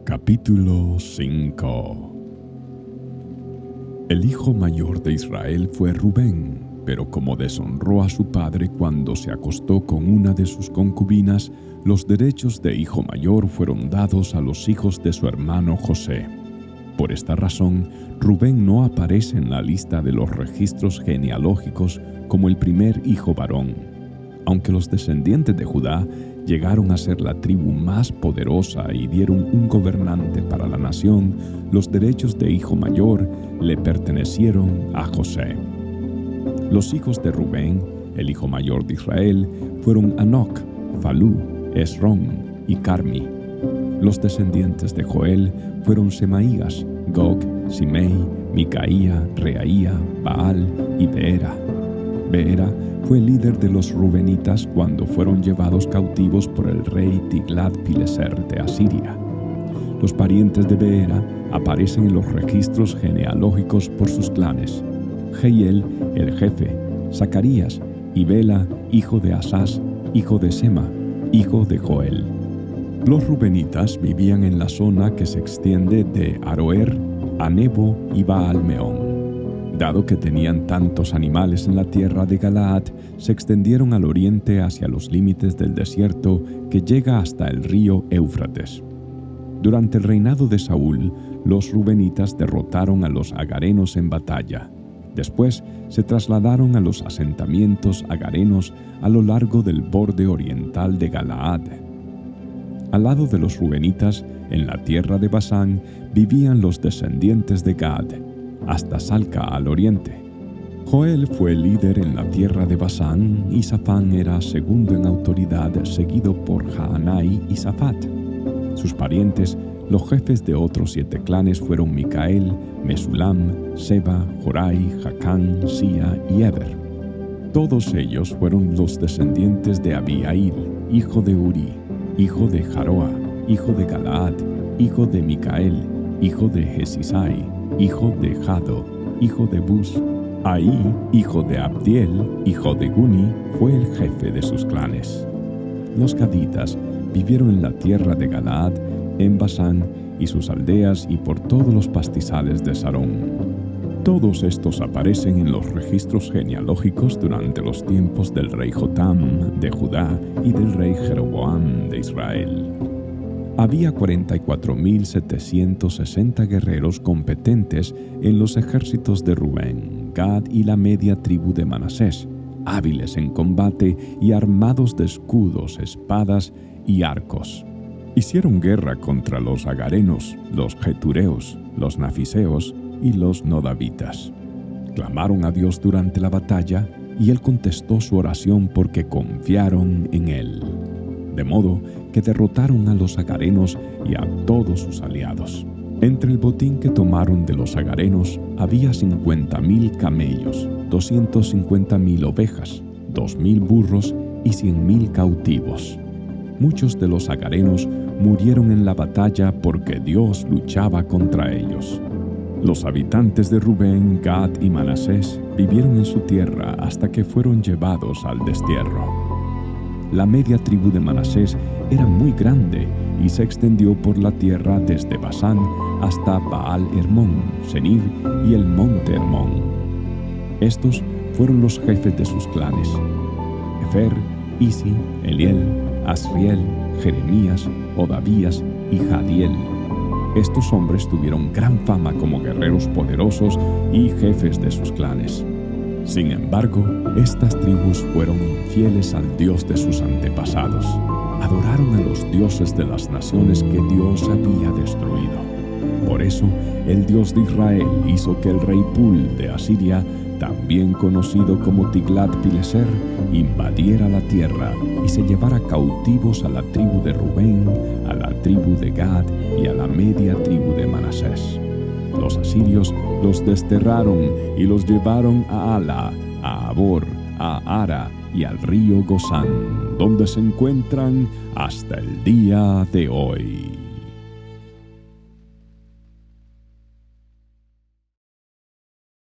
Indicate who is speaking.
Speaker 1: Capítulo 5. El hijo mayor de Israel fue Rubén, pero como deshonró a su padre cuando se acostó con una de sus concubinas, los derechos de hijo mayor fueron dados a los hijos de su hermano José. Por esta razón, Rubén no aparece en la lista de los registros genealógicos como el primer hijo varón. Aunque los descendientes de Judá llegaron a ser la tribu más poderosa y dieron un gobernante para la nación, los derechos de hijo mayor le pertenecieron a José. Los hijos de Rubén, el hijo mayor de Israel, fueron Hanoc, Falú, Esrón y Carmi. Los descendientes de Joel fueron Semaías, Gog, Simei, Micaía, Reaía, Baal y Beera. Beera fue el líder de los rubenitas cuando fueron llevados cautivos por el rey Tiglat-Pileser de Asiria. Los parientes de Beera aparecen en los registros genealógicos por sus clanes: Jehiel, el jefe; Zacarías; y Bela, hijo de Asás, hijo de Sema, hijo de Joel. Los rubenitas vivían en la zona que se extiende de Aroer a Nebo y Baal-Meón. Dado que tenían tantos animales en la tierra de Galaad, se extendieron al oriente hacia los límites del desierto que llega hasta el río Éufrates. Durante el reinado de Saúl, los rubenitas derrotaron a los agarenos en batalla. Después se trasladaron a los asentamientos agarenos a lo largo del borde oriental de Galaad. Al lado de los rubenitas, en la tierra de Basán, vivían los descendientes de Gad, hasta Salca al oriente. Joel fue el líder en la tierra de Basán, y Safán era segundo en autoridad, seguido por Jaanai y Safat. Sus parientes, los jefes de otros 7 clanes, fueron Micael, Mesulam, Seba, Jorai, Jacán, Sia y Eber. Todos ellos fueron los descendientes de Abihail, hijo de Uri, hijo de Jaroa, hijo de Galaad, hijo de Micael, hijo de Jesisai, hijo de Jado, hijo de Bus. Ahí, hijo de Abdiel, hijo de Guni, fue el jefe de sus clanes. Los gaditas vivieron en la tierra de Galaad, en Basán y sus aldeas, y por todos los pastizales de Sarón. Todos estos aparecen en los registros genealógicos durante los tiempos del rey Jotam de Judá y del rey Jeroboam de Israel. Había 44,760 guerreros competentes en los ejércitos de Rubén, Gad y la media tribu de Manasés, hábiles en combate y armados de escudos, espadas y arcos. Hicieron guerra contra los agarenos, los getureos, los nafiseos y los nodavitas. Clamaron a Dios durante la batalla, y Él contestó su oración porque confiaron en Él. De modo que derrotaron a los agarenos y a todos sus aliados. Entre el botín que tomaron de los agarenos había 50,000 camellos, 250,000 ovejas, 2,000 burros y 100,000 cautivos. Muchos de los agarenos murieron en la batalla porque Dios luchaba contra ellos. Los habitantes de Rubén, Gad y Manasés vivieron en su tierra hasta que fueron llevados al destierro. La media tribu de Manasés era muy grande y se extendió por la tierra desde Basán hasta Baal-Hermón, Senir y el monte Hermón. Estos fueron los jefes de sus clanes: Efer, Isi, Eliel, Asriel, Jeremías, Odavías y Jadiel. Estos hombres tuvieron gran fama como guerreros poderosos y jefes de sus clanes. Sin embargo, estas tribus fueron infieles al Dios de sus antepasados. Adoraron a los dioses de las naciones que Dios había destruido. Por eso, el Dios de Israel hizo que el rey Pul de Asiria, también conocido como Tiglat-Pileser, invadiera la tierra y se llevara cautivos a la tribu de Rubén, a la tribu de Gad y a la media tribu de Manasés. Los asirios los desterraron y los llevaron a Ala, a Abor, a Ara y al río Gozán, donde se encuentran hasta el día de hoy.